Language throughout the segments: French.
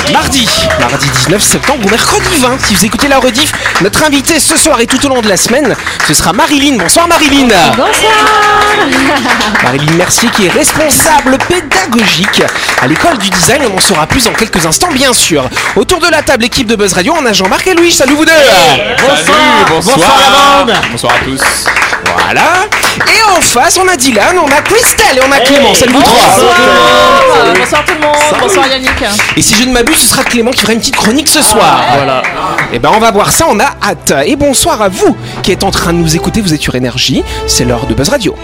Mardi 19 septembre ou mercredi 20, si vous écoutez la rediff. Notre invitée ce soir et tout au long de la semaine, ce sera Marilyn. Bonsoir Marilyn. Bonsoir. Marilyn Mercier qui est responsable pédagogique à l'école du design. On en saura plus dans quelques instants bien sûr. Autour de la table, équipe de Buzz Radio, on a Jean-Marc et Louis. Salut vous deux. Bonsoir la bande. Bonsoir à tous. Voilà. Et en face, on a Dylan, on a Christelle et on a Clément. Salut vous trois. Bonsoir tout le monde. Bonsoir Yannick. Et si je ne m'abuse, ce sera Clément qui fera une petite chronique ce soir. Voilà. Et ben on va voir ça, on a hâte. Et bonsoir à vous qui êtes en train de nous écouter, vous êtes sur Énergie, c'est l'heure de Buzz Radio.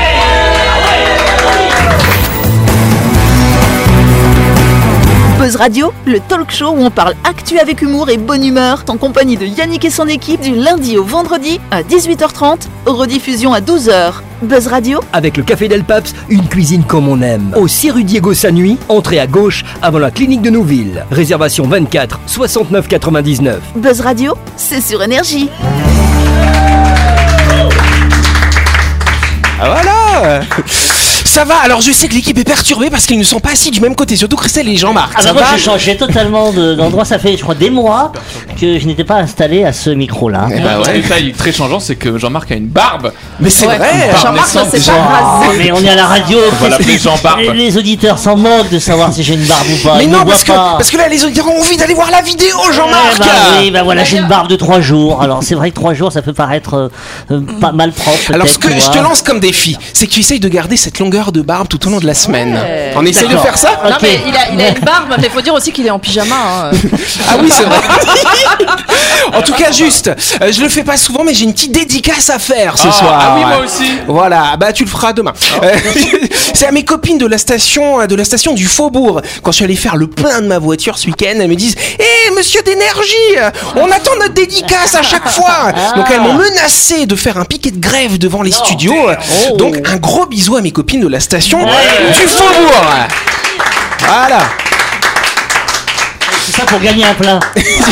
Buzz Radio, le talk show où on parle actu avec humour et bonne humeur, en compagnie de Yannick et son équipe du lundi au vendredi à 18h30, rediffusion à 12h. Buzz Radio, avec le Café Del Paps, une cuisine comme on aime. Au 6 rue Diego Sanui, entrée à gauche avant la clinique de Nouville. Réservation 24 69 99. Buzz Radio, c'est sur Énergie. Ah voilà. Ça va, alors je sais que l'équipe est perturbée parce qu'ils ne sont pas assis du même côté, surtout Christelle et Jean-Marc. Ah bah moi j'ai changé totalement d'endroit, ça fait je crois des mois que je n'étais pas installé à ce micro-là. Un détail très changeant, c'est que Jean-Marc a une barbe. Mais c'est vrai, Jean-Marc ne s'est pas rasé. Mais on est à la radio, On va l'appeler Jean-Barbe. les auditeurs s'en moquent de savoir si j'ai une barbe ou pas. Mais Ils non, me voient pas. parce que là les auditeurs ont envie d'aller voir la vidéo, Jean-Marc. Oui, bah voilà, j'ai une barbe de 3 jours. Alors c'est vrai que 3 jours ça peut paraître pas mal propre. Alors ce que je te lance comme défi, c'est que tu essayes de garder cette longueur de barbe tout au long de la semaine. On essaie de faire ça. Non mais il a une barbe, mais faut dire aussi qu'il est en pyjama. Hein. Ah oui, c'est vrai. En tout cas, juste, je le fais pas souvent, mais j'ai une petite dédicace à faire ce soir. Ah oui, moi aussi. Voilà, bah tu le feras demain. C'est à mes copines de la station du Faubourg. Quand je suis allé faire le plein de ma voiture ce week-end, elles me disent monsieur d'énergie, on attend notre dédicace à chaque fois. Donc elles m'ont menacé de faire un piquet de grève devant les studios. Donc un gros bisou à mes copines de la station du Faubourg. Voilà. C'est ça pour gagner un plein.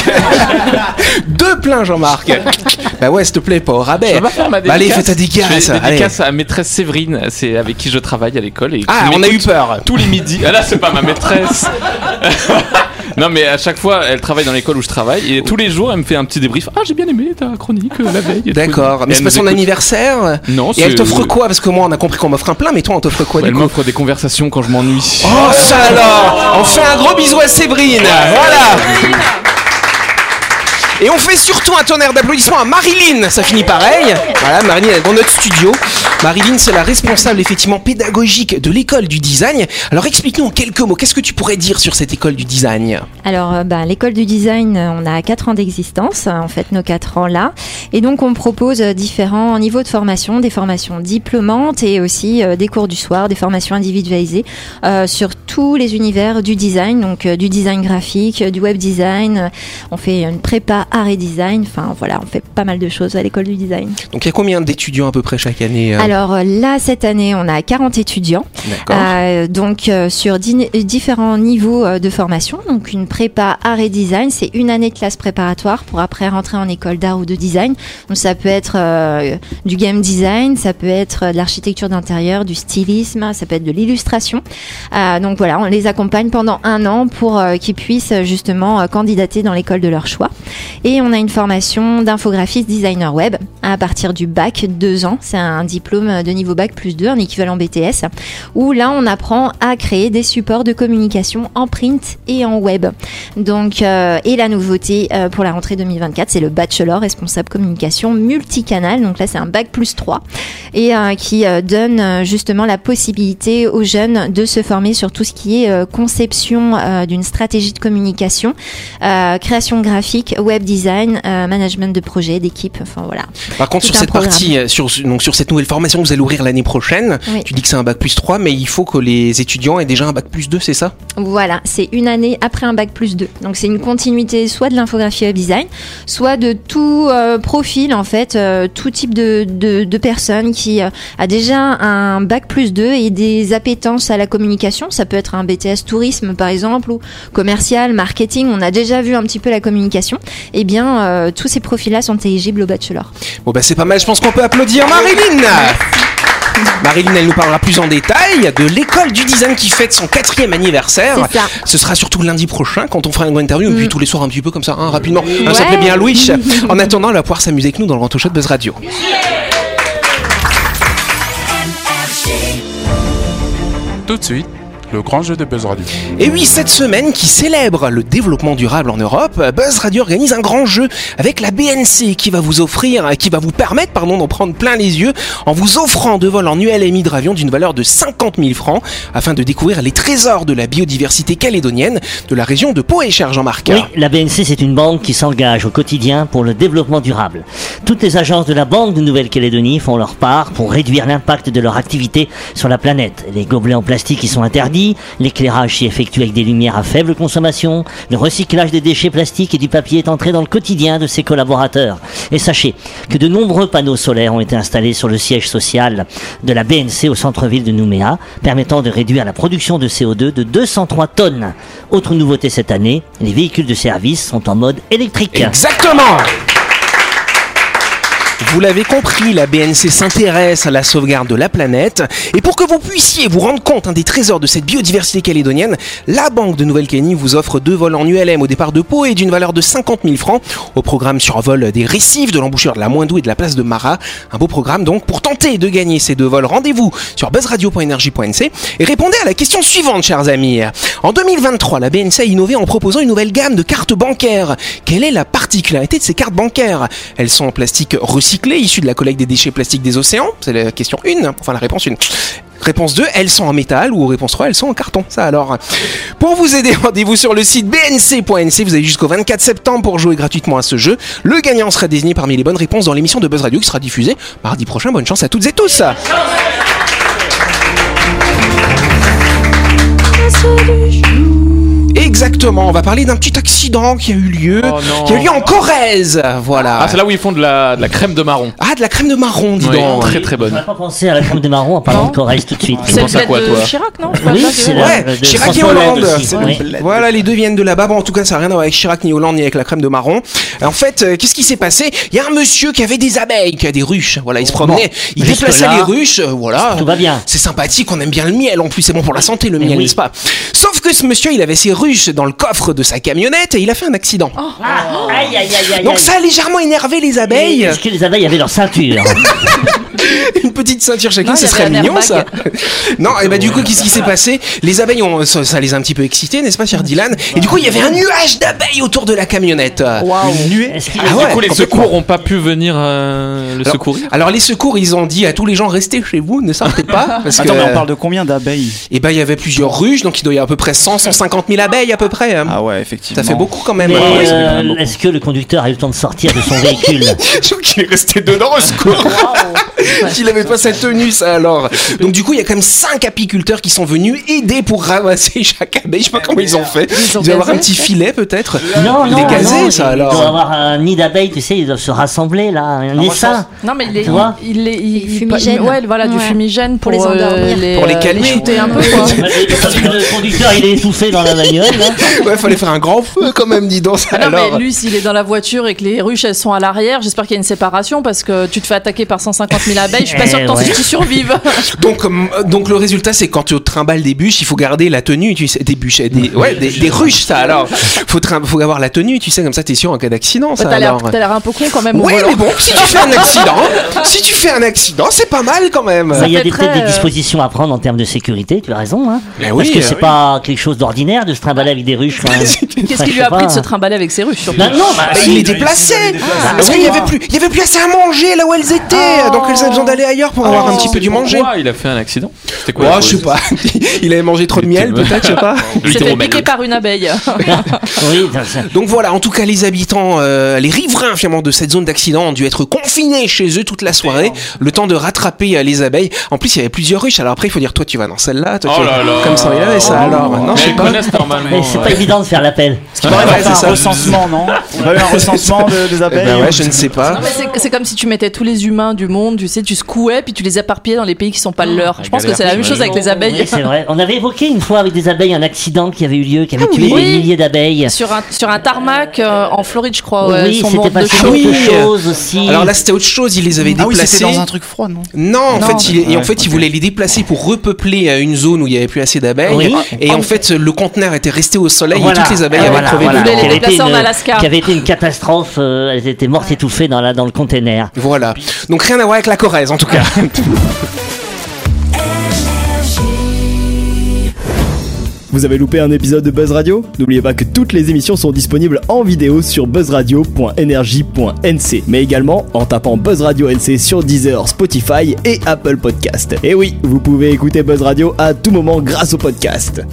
2 pleins, Jean-Marc. Bah ouais, s'il te plaît, pas au rabais. Je vais pas faire ma dédicace. Allez, fais ta dédicace. Je fais une dédicace à maîtresse Séverine, c'est avec qui je travaille à l'école. Et Ah, on a eu peur. Tous les midis. Ah là, c'est pas ma maîtresse. Non, mais à chaque fois, elle travaille dans l'école où je travaille et tous les jours, elle me fait un petit débrief. Ah, j'ai bien aimé ta chronique la veille. D'accord, mais c'est pas son anniversaire. Non, et elle t'offre quoi? Parce que moi, on a compris qu'on m'offre un plein, mais toi, on t'offre quoi? Elle m'offre des conversations quand je m'ennuie. Oh, ça alors! On fait un gros bisou à Séverine. Voilà. Et on fait surtout un tonnerre d'applaudissements à Marilyn, ça finit pareil. Voilà, Marilyn elle est dans notre studio. Marilyn, c'est la responsable effectivement pédagogique de l'école du design. Alors explique-nous en quelques mots, qu'est-ce que tu pourrais dire sur cette école du design? Alors, l'école du design, on a 4 ans d'existence, en fait nos 4 ans là. Et donc on propose différents niveaux de formation, des formations diplômantes et aussi des cours du soir, des formations individualisées sur tous les univers du design, donc du design graphique, du web design. On fait une prépa art et design, enfin voilà, on fait pas mal de choses à l'école du design. Donc il y a combien d'étudiants à peu près chaque année? Alors là, cette année, on a 40 étudiants, donc sur différents niveaux de formation. Donc une prépa art et design, c'est une année de classe préparatoire pour après rentrer en école d'art ou de design. Donc ça peut être du game design, ça peut être de l'architecture d'intérieur, du stylisme, ça peut être de l'illustration. Donc voilà, on les accompagne pendant 1 an pour qu'ils puissent justement candidater dans l'école de leur choix. Et on a une formation d'infographiste designer web à partir du bac, 2 ans. C'est un diplôme de niveau bac plus 2, un équivalent BTS, où là on apprend à créer des supports de communication en print et en web. Donc, et la nouveauté pour la rentrée 2024, c'est le bachelor responsable communication multicanal. Donc là c'est un bac plus 3 et qui donne justement la possibilité aux jeunes de se former sur tout ce qui est conception d'une stratégie de communication, création graphique, web design, management de projet, d'équipe, enfin voilà. Par contre, Tout sur un cette programme. partie, sur cette nouvelle formation que vous allez ouvrir l'année prochaine, Oui. tu dis que c'est un bac plus 3, mais il faut que les étudiants aient déjà un bac plus 2, c'est ça? Voilà, c'est une année après un bac plus 2. Donc c'est une continuité soit de l'infographie web design, soit de tout profil en fait, tout type de personnes qui a déjà un bac plus 2 et des appétences à la communication. Ça peut être un BTS tourisme par exemple, ou commercial, marketing, on a déjà vu un petit peu la communication. Eh bien, tous ces profils-là sont éligibles au bachelor. Bon bah c'est pas mal, je pense qu'on peut applaudir Marilyn. Marilyn, elle nous parlera plus en détail de l'école du design qui fête son 4e anniversaire. C'est ça. Ce sera surtout lundi prochain quand on fera une grande interview, et puis tous les soirs un petit peu comme ça, rapidement. Ça plaît bien à Louis. En attendant, elle va pouvoir s'amuser avec nous dans le Grand Show de Buzz Radio. Tout de suite, le grand jeu de Buzz Radio. Et oui, cette semaine qui célèbre le développement durable en Europe, Buzz Radio organise un grand jeu avec la BNC qui va vous permettre d'en prendre plein les yeux en vous offrant 2 vols en ULM hydravion d'une valeur de 50 000 francs afin de découvrir les trésors de la biodiversité calédonienne de la région de Pau-et-Cher, Jean-Marc. Oui, la BNC, c'est une banque qui s'engage au quotidien pour le développement durable. Toutes les agences de la Banque de Nouvelle-Calédonie font leur part pour réduire l'impact de leur activité sur la planète. Les gobelets en plastique qui sont interdits, l'éclairage s'y effectue avec des lumières à faible consommation, le recyclage des déchets plastiques et du papier est entré dans le quotidien de ses collaborateurs. Et sachez que de nombreux panneaux solaires ont été installés sur le siège social de la BNC au centre-ville de Nouméa, permettant de réduire la production de CO2 de 203 tonnes. Autre nouveauté cette année, les véhicules de service sont en mode électrique. Exactement! Vous l'avez compris, la BNC s'intéresse à la sauvegarde de la planète. Et pour que vous puissiez vous rendre compte des trésors de cette biodiversité calédonienne, la Banque de Nouvelle-Calédonie vous offre 2 vols en ULM au départ de Pau et d'une valeur de 50 000 francs au programme survol des récifs, de l'embouchure de la Moindou et de la place de Marat. Un beau programme donc. Pour tenter de gagner ces 2 vols, rendez-vous sur buzzradio.energie.nc et répondez à la question suivante, chers amis. En 2023, la BNC a innové en proposant une nouvelle gamme de cartes bancaires. Quelle est la particularité de ces cartes bancaires? Elles sont en plastique recyclé, issus de la collecte des déchets plastiques des océans. C'est la question 1, enfin la réponse 1. Réponse 2, elles sont en métal, ou réponse 3, elles sont en carton. Ça alors. Pour vous aider, rendez-vous sur le site bnc.nc. Vous avez jusqu'au 24 septembre pour jouer gratuitement à ce jeu. Le gagnant sera désigné parmi les bonnes réponses dans l'émission de Buzz Radio qui sera diffusée mardi prochain. Bonne chance à toutes et tous. Exactement, on va parler d'un petit accident qui a eu lieu, en Corrèze, voilà. Ah, c'est là où ils font de la crème de marron. Ah, de la crème de marron, dis Oui, donc. très très On bonne. va pas penser à la crème de marron en parlant de Corrèze tout de suite. Tu C'est le penses à bled quoi, de toi Chirac, non? Oui, c'est Ouais, de Chirac et François Hollande. aussi. C'est Oui. Voilà, les deux viennent de là-bas. Bon, en tout cas, ça n'a rien à voir avec Chirac ni Hollande ni avec la crème de marron. En fait, qu'est-ce qui s'est passé? Il y a un monsieur qui avait des abeilles, qui a des ruches. Voilà, il se promenait, il jusque déplaçait là, les ruches. Voilà. tout va bien. C'est sympathique, on aime bien le miel. En plus, c'est bon pour la santé, le miel, oui. n'est-ce pas? Sauf que ce monsieur, il avait ses ruches dans le coffre de sa camionnette et il a fait un accident. Aïe, aïe, aïe, aïe. Donc ça a légèrement énervé les abeilles. Est-ce que les abeilles avaient leur ceinture? Une petite ceinture chacune, Non, ce il y serait avait un mignon airbag. ça. Non, et bah du coup, qu'est-ce qui s'est passé? Les abeilles, ça les a un petit peu excitées, n'est-ce pas, cher Dylan? Et du coup, il y avait un nuage d'abeilles autour de la camionnette. Est-ce qu'il Ah ouais, Du coup, les complètement. secours ont pas pu venir le secourir. Alors les secours, ils ont dit à tous les gens restez chez vous, ne sortez pas. Parce Attends, que, mais on parle de combien d'abeilles? Et ben il y avait plusieurs ruches, donc il doit y avoir à peu près 150 000 abeilles à peu près. Ah ouais, effectivement. Ça fait beaucoup quand même. Mais, Ouais, ça fait quand même beaucoup. est-ce que le conducteur a eu le temps de sortir de son véhicule? Je trouve qu'il est resté dedans au secours. Qu'il avait pas sa tenue, ça alors. Donc du coup, il y a quand même 5 apiculteurs qui sont venus aider pour ramasser chaque abeille. Je sais pas comment ils ont fait. Ils doivent avoir un petit filet peut-être. Non, Les gazer, ça il doit alors. avoir un nid d'abeilles, tu sais, ils doivent se rassembler là, un essaim. Non, mais Tu vois il Fumigène. ouais, voilà, du Ouais. fumigène pour les endormir. Pour les calmer. shooter un peu, quoi. Le conducteur il est étouffé dans la bagnole là. Ouais, fallait faire un grand feu quand même, dis donc. Ça, Ah non, alors. mais lui, s'il est dans la voiture et que les ruches elles sont à l'arrière, j'espère qu'il y a une séparation parce que tu te fais attaquer par 150 000 abeilles. Je suis pas sûre que tu survives. Donc le résultat, c'est quand tu trimbales des bûches, il faut garder la tenue, tu sais, des bûches, des ruches, ça alors. Faut avoir la tenue, tu sais, comme ça t'es sûr en cas d'accident, ça T'as alors. l'air un peu con quand même. au Ouais, volant. mais bon, si tu fais un accident, c'est pas mal quand même. Il y a fait peut-être très, des dispositions à prendre en termes de sécurité, tu as raison. Hein. Mais Parce oui, que c'est oui. pas quelque chose d'ordinaire de se trimballer avec des ruches quand même. Qu'est-ce qui lui a appris de se trimballer avec ses ruches surtout? Non, bah, Bah, il les déplaçait parce qu'il y avait plus assez à manger là où elles étaient, donc elles avaient besoin d'aller ailleurs pour avoir un petit peu du manger. Pourquoi il a fait un accident? C'était quoi? Oh, la je sais cause pas. Il avait mangé trop de miel, peut-être, je sais pas. Il s'est fait piquer par une abeille. Oui, ça- Donc voilà, en tout cas, les habitants, les riverains finalement de cette zone d'accident ont dû être confinés chez eux toute la soirée, le temps de rattraper les abeilles. En plus, il y avait plusieurs ruches. Alors après, il faut dire, toi, tu vas dans celle-là, toi, tu Oh là là. comme ça, il avait ça. Alors maintenant, je Mais sais ils pas. connaissent normalement. mais c'est pas évident de faire l'appel. Il va y Ouais, avoir c'est un ça. recensement, non? Il va y avoir un recensement des Eh abeilles. ben ouais, je ne sais pas. Non, mais c'est comme si tu mettais tous les humains du monde, tu sais, tu secouais puis tu les éparpillais dans les pays qui sont pas le leur. Je pense que c'est la même chose avec les abeilles. Oui, c'est vrai. On avait évoqué une fois avec des abeilles un accident qui avait eu lieu, qui avait tué des milliers d'abeilles. Sur un tarmac en Floride, je crois. Ouais, Oui, sont c'était mortes de passé chaud. autre chose aussi. Alors là, c'était autre chose. Ils les avaient Ah oui, déplacés. c'était dans un truc froid, non? Non, en fait, Ouais, ils voulaient les déplacer pour repeupler une zone où il y avait plus assez d'abeilles. Oui. Et en fait, le conteneur était resté au soleil et Voilà. toutes les abeilles Et avaient voilà, crevé. voilà. Ils voulaient les Qui avait été déplacer en une- Alaska. Qui avait été une catastrophe. Elles étaient mortes étouffées dans le container. Voilà. Donc rien à voir avec la Corrèze en tout cas. Vous avez loupé un épisode de Buzz Radio? N'oubliez pas que toutes les émissions sont disponibles en vidéo sur buzzradio.energie.nc, mais également en tapant Buzz Radio NC sur Deezer, Spotify et Apple Podcast. Et oui, vous pouvez écouter Buzz Radio à tout moment grâce au podcast.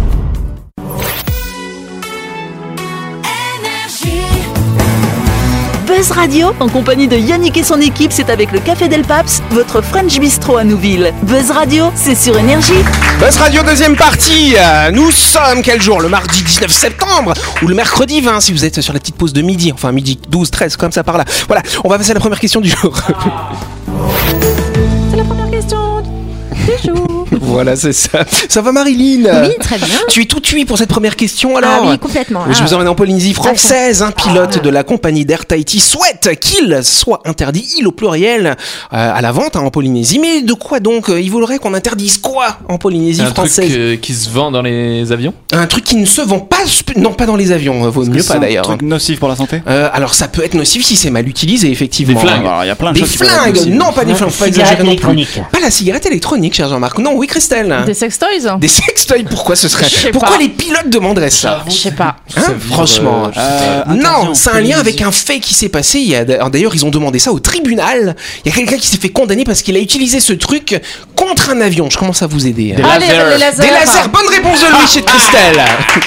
Buzz Radio, en compagnie de Yannick et son équipe, c'est avec le Café Del Paps, votre French Bistro à Nouville. Buzz Radio, c'est sur Énergie. Buzz Radio deuxième partie. Nous sommes quel jour? Le mardi 19 septembre ou le mercredi 20 si vous êtes sur la petite pause de midi. Enfin midi 12, 13 comme ça par là. Voilà, on va passer à la première question du jour. C'est la première question du jour. Voilà, c'est ça. Ça va Marilyn? Oui, très bien. Tu es tout tué pour cette première question alors? Ah oui, complètement. Je vous emmène en Polynésie française. Un pilote de la compagnie d'Air Tahiti souhaite qu'il soit interdit, il au pluriel, à la vente en Polynésie. Mais de quoi donc? Il voudrait qu'on interdise quoi en Polynésie Un française? truc qui se vend dans les avions. Un truc qui ne se vend pas, non pas dans les avions, vaut mieux pas d'ailleurs. Un truc nocif pour la santé? Alors ça peut être nocif si c'est mal utilisé effectivement. Des flingues. Alors, il y a plein de Des choses qui peuvent être flingues, nocives. non pas des flingues, faut pas Cigarette exagérer non plus. électronique. Pas la cigarette électronique, cher Jean-Marc. Non, oui Christelle. Des sextoys? Des sextoys, pourquoi ce serait? Je sais Pourquoi pas. les pilotes demanderaient ça? Je sais pas. Hein, Ça vire, franchement. interdit Non, en c'est un lien Polynésie. avec un fait qui s'est passé. D'ailleurs, ils ont demandé ça au tribunal. Il y a quelqu'un qui s'est fait condamner parce qu'il a utilisé ce truc contre un avion. Je commence à vous aider. Des Ah, les lasers. lasers. Des lasers. Bonne réponse de Louis chez Christelle.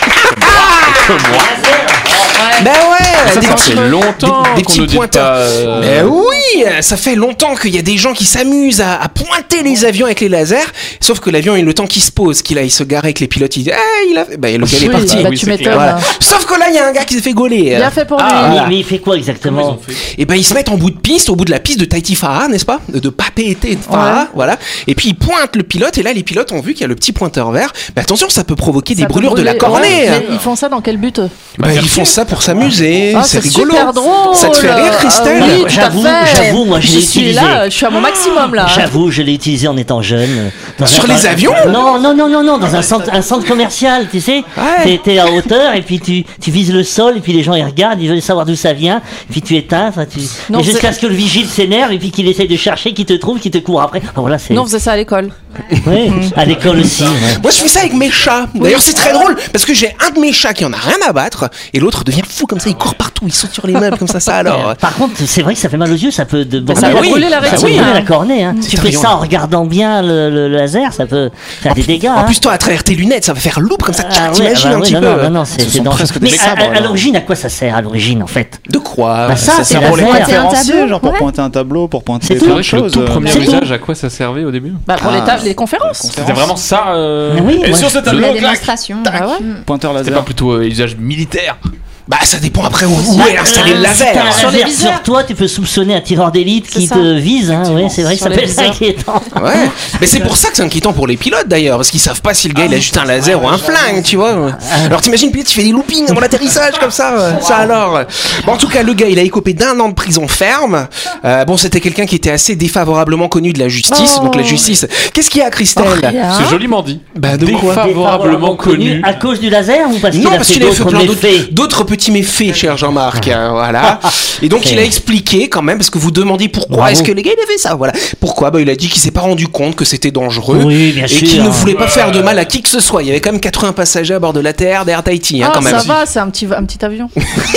Ben ouais, Ça, des ça petits- fait longtemps des qu'on petits nous dit pointeurs. pas. Ben oui, ça fait longtemps qu'il y a des gens qui s'amusent à pointer les avions avec les lasers. Sauf que l'avion, il le temps qu'il se pose, qu'il aille se garer avec les pilotes, il dit il a fait. Ben, le gars il est Oui, parti. bah, Oui, tu c'est m'étonnes. Voilà. Sauf que là, il y a un gars qui s'est fait gauler. Bien fait pour lui. Mais il fait quoi exactement? Et ben ils se mettent en bout de piste, au bout de la piste de Tahiti Farah, n'est-ce pas? De Papeete Farah, Ouais. voilà. Et puis ils pointent le pilote, et là les pilotes ont vu qu'il y a le petit pointeur vert. Ben attention, ça peut provoquer des Ça peut brûlures de la brûler. cornée. Ouais, mais ils font ça dans quel but? Ben, ils font ça pour s'amuser, Ah, c'est rigolo. super drôle. Ça te fait rire, Christelle? Oui, tout J'avoue, à fait. j'avoue, moi, je l'ai suis utilisé. là, je suis à mon maximum là. J'avoue, je l'ai utilisé en étant jeune. Sur les avions? Non, dans un centre commercial, tu sais. Ouais. T'es à hauteur et puis tu vises le sol et puis les gens ils regardent, ils veulent savoir d'où ça vient, puis tu éteins, Non, et jusqu'à ce que le vigile s'énerve et puis qu'il essaye de chercher, qu'il te trouve, qu'il te court après. Ah, voilà, c'est. Nous on faisait ça à l'école. Ouais, à l'école aussi. Ouais. Moi je fais ça avec mes chats. D'ailleurs c'est très drôle parce que j'ai un de mes chats qui en a rien à battre et l'autre devient fou comme ça, il court partout, il saute sur les meubles comme ça alors. Par contre, c'est vrai que ça fait mal aux yeux, ça peut ça peut oui. brûler la Ah ça peut rétine. brûler la cornée. Hein. Tu fais terrible. ça en regardant bien le laser, ça peut faire des dégâts. En hein. plus toi à travers tes lunettes ça va faire loupe comme ça, Ah ouais, t'imagines ah bah un oui, petit non, peu. non, c'est sont dangereux. presque des Mais sabres, à alors. l'origine, à quoi ça sert à l'origine en fait? De quoi? Bah ça, c'est sert pour les laser. conférenciers, tableau, genre pour ouais. pointer un tableau, pour pointer C'est plein tout. de C'est vrai que le choses. tout premier c'est usage, à quoi ça servait au début? Bah pour les conférences. C'était vraiment ça. Mais oui, Et moi, sur ce La tableau, clac. démonstration. Ah ouais. Pointeur C'est pas laser. plutôt usage militaire? Bah ça dépend après où est installé le Si t'as laser. un Sur les laser viseurs. sur toi, tu peux soupçonner un tireur d'élite C'est qui ça. te vise. Hein. Ouais, c'est vrai que Sur ça les peut être viseurs. inquiétant. Ouais, mais c'est pour ça que c'est inquiétant pour les pilotes d'ailleurs, parce qu'ils savent pas si le gars il a juste un laser ou un flingue, tu vois. Alors t'imagines, pilote, tu fais des loopings avant l'atterrissage comme ça, ça alors. Bon, en tout cas, le gars il a écopé d'1 an de prison ferme. Bon, c'était quelqu'un qui était assez défavorablement connu de la justice, Oh. donc la justice. Qu'est-ce qu'il y a, Christelle? Rien. C'est joliment dit. Bah de quoi? Favorablement connu. À cause du laser ou parce qu'il Non, a parce fait qu'il avait fait d'autres plein méfaits? d'autres petits méfaits, cher Jean-Marc. Voilà. Et donc, C'est- il a expliqué quand même, parce que vous demandez pourquoi Bravo. est-ce que les gars, il avait ça. Voilà. Pourquoi? Bah, il a dit qu'il s'est pas rendu compte que c'était dangereux. Oui, bien et sûr. qu'il ne voulait pas faire de mal à qui que ce soit. Il y avait quand même 80 passagers à bord de l'ATR d'Air Tahiti, hein, Ah, quand même. ça va, c'est un petit avion.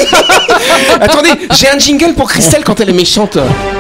Attendez, j'ai un jingle pour Christelle quand elle est méchante.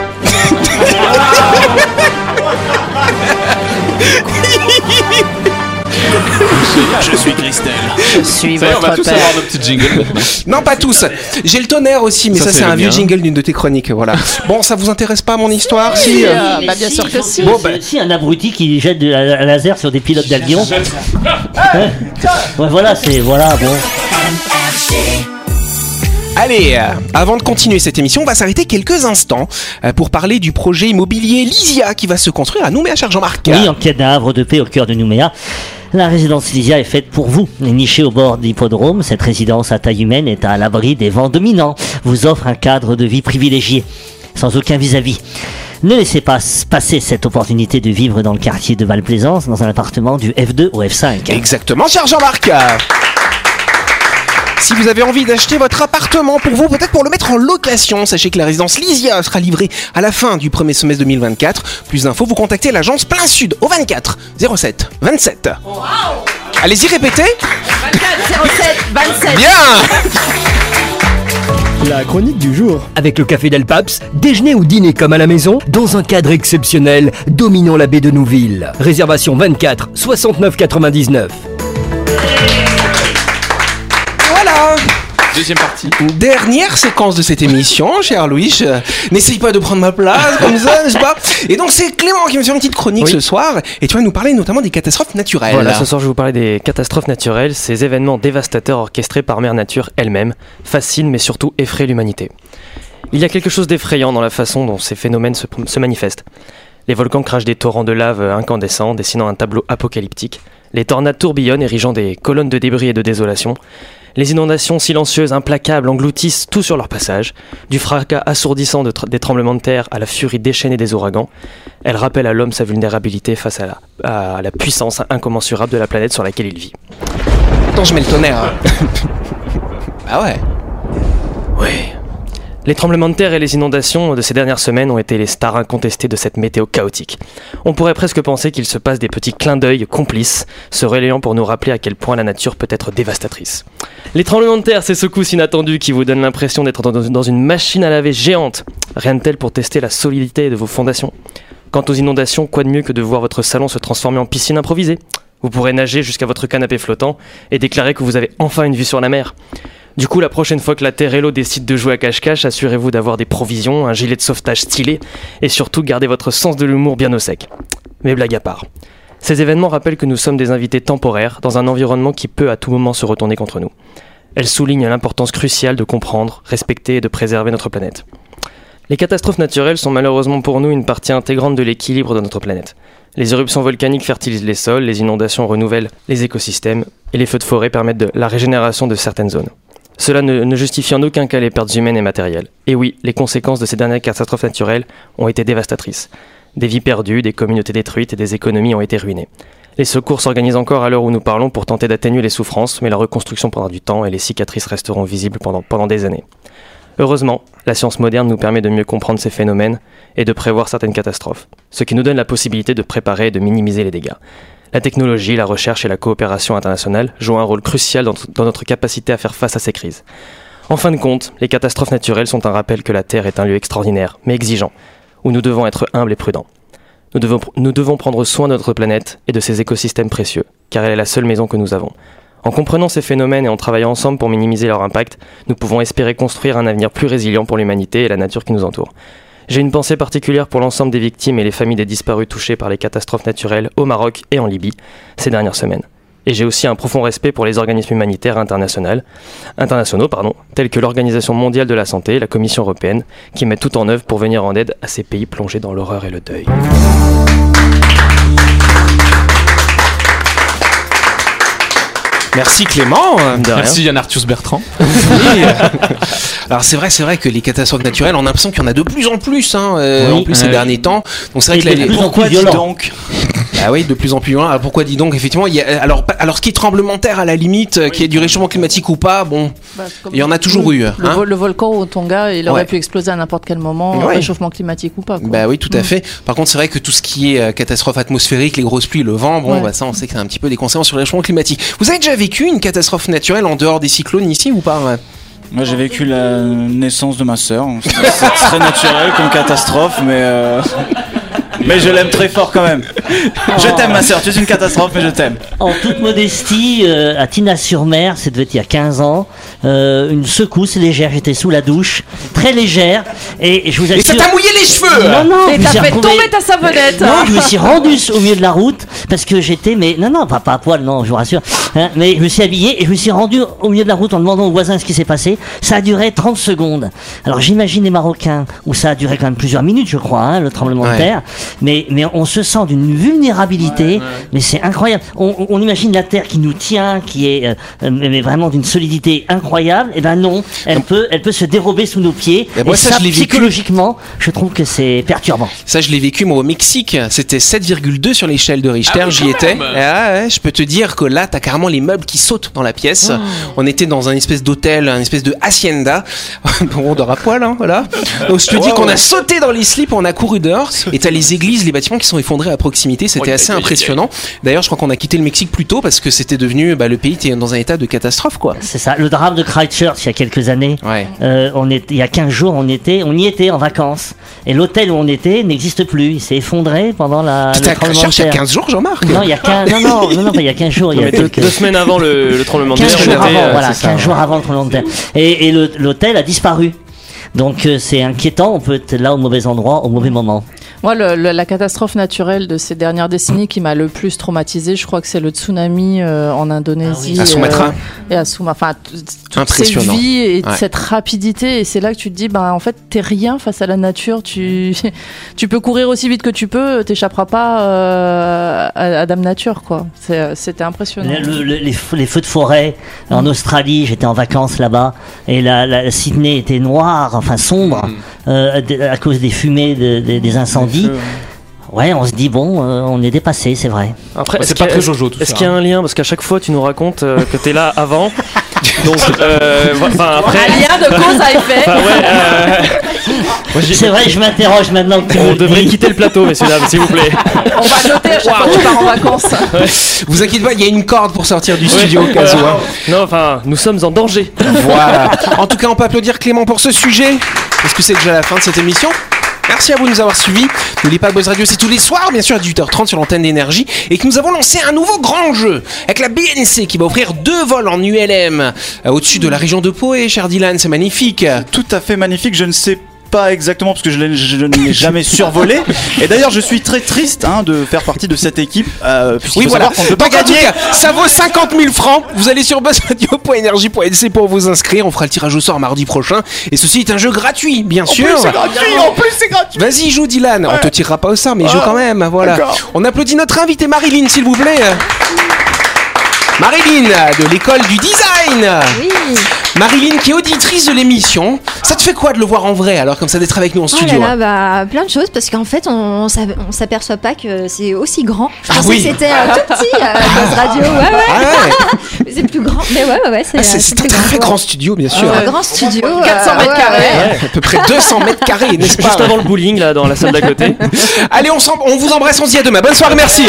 Je suis Christelle. Je suis Ça y est, on va votre tous père. avoir nos petits jingles maintenant. Non, pas tous. J'ai le tonnerre aussi, mais ça, Ça, c'est c'est un le vieux mien. jingle d'une de tes chroniques. Voilà. Bon, ça vous intéresse pas mon histoire? Si. Mais bah, bien sûr que si. Bon, si un abruti qui jette un laser sur des pilotes d'avion. Ouais, voilà, c'est. Voilà, bon. Allez, avant de continuer cette émission, on va s'arrêter quelques instants pour parler du projet immobilier Lysia qui va se construire à Nouméa, cher Jean-Marc. Oui, en quête d'un havre de paix au cœur de Nouméa. La résidence Lysia est faite pour vous. Nichée au bord d'hippodrome, cette résidence à taille humaine est à l'abri des vents dominants, vous offre un cadre de vie privilégié, sans aucun vis-à-vis. Ne laissez pas passer cette opportunité de vivre dans le quartier de Val-Plaisance, dans un appartement du F2 au F5. Exactement, cher Jean-Marc. Si vous avez envie d'acheter votre appartement pour vous, peut-être pour le mettre en location, sachez que la résidence Lysia sera livrée à la fin du premier semestre 2024. Plus d'infos, vous contactez l'agence Plein Sud au 24 07 27. Wow. Allez-y, répétez. 24 07 27. Bien. La chronique du jour. Avec le café Del Paps, déjeuner ou dîner comme à la maison, dans un cadre exceptionnel, dominant la baie de Nouville. Réservation 24 69 99. Voilà. Deuxième partie. Dernière séquence de cette émission, cher Louis. N'essaye pas de prendre ma place comme ça, n'est-ce pas? Et donc c'est Clément qui me fait une petite chronique ce soir. Et tu vas nous parler notamment des catastrophes naturelles. Voilà, ce soir je vais vous parler des catastrophes naturelles, ces événements dévastateurs orchestrés par Mère Nature elle-même, fascinent mais surtout effraient l'humanité. Il y a quelque chose d'effrayant dans la façon dont ces phénomènes se manifestent. Les volcans crachent des torrents de lave incandescents, dessinant un tableau apocalyptique. Les tornades tourbillonnent, érigeant des colonnes de débris et de désolation. Les inondations silencieuses, implacables, engloutissent tout sur leur passage. Du fracas assourdissant des tremblements de terre à la furie déchaînée des ouragans, elles rappellent à l'homme sa vulnérabilité face à la puissance incommensurable de la planète sur laquelle il vit. Attends, je mets le tonnerre. Ah ouais. Oui. Les tremblements de terre et les inondations de ces dernières semaines ont été les stars incontestées de cette météo chaotique. On pourrait presque penser qu'il se passe des petits clins d'œil complices, se relayant pour nous rappeler à quel point la nature peut être dévastatrice. Les tremblements de terre, ces secousses inattendues qui vous donnent l'impression d'être dans une machine à laver géante. Rien de tel pour tester la solidité de vos fondations. Quant aux inondations, quoi de mieux que de voir votre salon se transformer en piscine improvisée? Vous pourrez nager jusqu'à votre canapé flottant et déclarer que vous avez enfin une vue sur la mer. Du coup, la prochaine fois que la terre et l'eau décident de jouer à cache-cache, assurez-vous d'avoir des provisions, un gilet de sauvetage stylé et surtout gardez votre sens de l'humour bien au sec. Mais blague à part. Ces événements rappellent que nous sommes des invités temporaires dans un environnement qui peut à tout moment se retourner contre nous. Elles soulignent l'importance cruciale de comprendre, respecter et de préserver notre planète. Les catastrophes naturelles sont malheureusement pour nous une partie intégrante de l'équilibre de notre planète. Les éruptions volcaniques fertilisent les sols, les inondations renouvellent les écosystèmes et les feux de forêt permettent de la régénération de certaines zones. Cela ne justifie en aucun cas les pertes humaines et matérielles. Et oui, les conséquences de ces dernières catastrophes naturelles ont été dévastatrices. Des vies perdues, des communautés détruites et des économies ont été ruinées. Les secours s'organisent encore à l'heure où nous parlons pour tenter d'atténuer les souffrances, mais la reconstruction prendra du temps et les cicatrices resteront visibles pendant des années. Heureusement, la science moderne nous permet de mieux comprendre ces phénomènes et de prévoir certaines catastrophes, ce qui nous donne la possibilité de préparer et de minimiser les dégâts. La technologie, la recherche et la coopération internationale jouent un rôle crucial dans notre capacité à faire face à ces crises. En fin de compte, les catastrophes naturelles sont un rappel que la Terre est un lieu extraordinaire, mais exigeant, où nous devons être humbles et prudents. Nous devons prendre soin de notre planète et de ses écosystèmes précieux, car elle est la seule maison que nous avons. En comprenant ces phénomènes et en travaillant ensemble pour minimiser leur impact, nous pouvons espérer construire un avenir plus résilient pour l'humanité et la nature qui nous entoure. J'ai une pensée particulière pour l'ensemble des victimes et les familles des disparus touchés par les catastrophes naturelles au Maroc et en Libye ces dernières semaines. Et j'ai aussi un profond respect pour les organismes humanitaires internationaux, tels que l'Organisation mondiale de la santé, la Commission européenne, qui mettent tout en œuvre pour venir en aide à ces pays plongés dans l'horreur et le deuil. Merci Clément. Merci Yann Arthus Bertrand. Oui. Alors c'est vrai que les catastrophes naturelles, on a l'impression qu'il y en a de plus en plus, en plus ces derniers temps. Donc c'est vrai que pourquoi dis donc? Ah oui, de plus en plus loin. Alors pourquoi dis donc? Effectivement, il y a, alors ce qui est tremblement de terre à la limite, qui est du réchauffement climatique ou pas, bon, il y en a toujours eu. Le volcan au Tonga, il aurait pu exploser à n'importe quel moment, réchauffement climatique ou pas. Quoi. Bah oui, tout à fait. Par contre, c'est vrai que tout ce qui est catastrophe atmosphérique, les grosses pluies, le vent, ça, on sait que c'est un petit peu des conséquences sur le réchauffement climatique. Vous avez déjà vécu une catastrophe naturelle en dehors des cyclones ici ou pas? Moi j'ai vécu la naissance de ma sœur. C'est très naturel comme catastrophe, mais je l'aime très fort quand même. Je t'aime ma sœur, tu es une catastrophe mais je t'aime. En toute modestie, à Tinnas-sur-Mer, ça devait être il y a 15 ans, une secousse légère, j'étais sous la douche, très légère, et je vous assure... Et ça t'a mouillé les cheveux! Non, et t'as fait tomber ta savonnette! Non, je me suis rendu au milieu de la route, parce que j'étais, mais non, pas à poil, non, je vous rassure, hein, mais je me suis habillé et je me suis rendu au milieu de la route en demandant aux voisins ce qui s'est passé. Ça a duré 30 secondes. Alors j'imagine les Marocains où ça a duré quand même plusieurs minutes, je crois, hein, le tremblement de terre, mais on se sent d'une vulnérabilité, mais c'est incroyable. On imagine la terre qui nous tient, qui est mais vraiment d'une solidité incroyable. Et ben non, elle peut se dérober sous nos pieds. Et moi, ça, psychologiquement, je trouve que c'est perturbant. Ça, je l'ai vécu moi au Mexique. C'était 7,2 sur l'échelle de Richter. J'y étais. Je peux te dire que là, t'as carrément les meubles qui sautent dans la pièce. On était dans un espèce d'hôtel, un espèce de hacienda. On dort à poil, hein, voilà. Donc je te dis qu'on a sauté dans les slips, on a couru dehors. Et t'as les églises, les bâtiments qui sont effondrés à proximité. C'était assez impressionnant. D'ailleurs, je crois qu'on a quitté le Mexique plus tôt parce que c'était devenu le pays était dans un état de catastrophe, quoi. C'est ça. Le drame de Christchurch il y a quelques années. Il y a 15 jours, on y était en vacances. Et l'hôtel où on était n'existe plus. Il s'est effondré pendant le tremblement de terre. Il y a 15 jours, Jean-Marc? Non, il y a 15 jours. Il y a 2 semaines avant le tremblement de terre. 15 jours avant le tremblement de terre. Et l'hôtel a disparu. Donc c'est inquiétant, on peut être là au mauvais endroit, au mauvais moment. Moi, la catastrophe naturelle de ces dernières décennies qui m'a le plus traumatisée, je crois que c'est le tsunami en Indonésie. À Sumatra. Et à Sumatra. Enfin, toutes ces vies et cette rapidité. Et c'est là que tu te dis, en fait, t'es rien face à la nature. Tu peux courir aussi vite que tu peux, t'échapperas pas à Dame Nature, quoi. C'était impressionnant. Les feux de forêt en Australie, j'étais en vacances là-bas, et la Sydney était noire, enfin sombre, à cause des fumées des incendies. Ouais, on se dit on est dépassé, c'est vrai. Après, c'est pas très jojo tout ça. Est-ce qu'il y a un lien, parce qu'à chaque fois tu nous racontes que t'es là avant, donc après. Un lien de cause à effet. C'est vrai, je m'interroge maintenant. On devrait quitter le plateau, messieurs dames, s'il vous plaît. On va noter à chaque fois que tu pars en vacances. Vous inquiétez pas, il y a une corde pour sortir du studio au cas où. Non, nous sommes en danger. Voilà. En tout cas, on peut applaudir Clément pour ce sujet. Est-ce que c'est déjà la fin de cette émission? Merci à vous de nous avoir suivis. N'oubliez pas, Buzz Radio, c'est tous les soirs, bien sûr, à 18h30 sur l'antenne d'Énergie. Et que nous avons lancé un nouveau grand jeu avec la BNC qui va offrir 2 vols en ULM au-dessus de la région de Pau. Et cher Dylan, c'est magnifique. Tout à fait magnifique. Je ne sais pas exactement parce que je ne l'ai jamais survolé. Et d'ailleurs, je suis très triste de faire partie de cette équipe. Oui, voilà. Donc, en tout cas, ça vaut 50 000 francs. Vous allez sur buzzradio.energie.nc pour vous inscrire. On fera le tirage au sort mardi prochain. Et ceci est un jeu gratuit, bien sûr. En plus, c'est gratuit. Vas-y, joue, Dylan. On te tirera pas au sort, mais joue quand même. Voilà. On applaudit notre invitée Marilyn, s'il vous plaît. Marilyn, de l'école du design. Oui. Marilyn, qui est auditrice de l'émission. Ça te fait quoi de le voir en vrai, alors, comme ça, d'être avec nous en studio? Plein de choses, parce qu'en fait, on s'aperçoit pas que c'est aussi grand. Je pensais que c'était tout petit, Buzz Radio. Ouais. C'est plus grand. Mais ouais, c'est un très grand studio, bien sûr. Un grand studio. 400 mètres carrés. À peu près 200 mètres carrés, n'est-ce pas? Juste avant le bowling, là, dans la salle d'à côté. Allez, on vous embrasse, on se dit à demain. Bonne soirée, merci.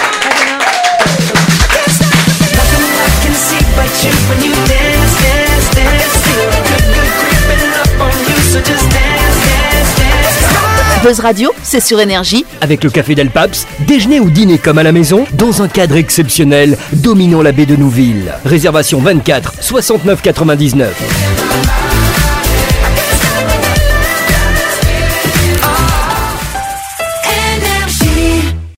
Buzz Radio, c'est sur Énergie. Avec le café Del Paps, déjeuner ou dîner comme à la maison, dans un cadre exceptionnel, dominant la baie de Nouville. Réservation 24 69 99.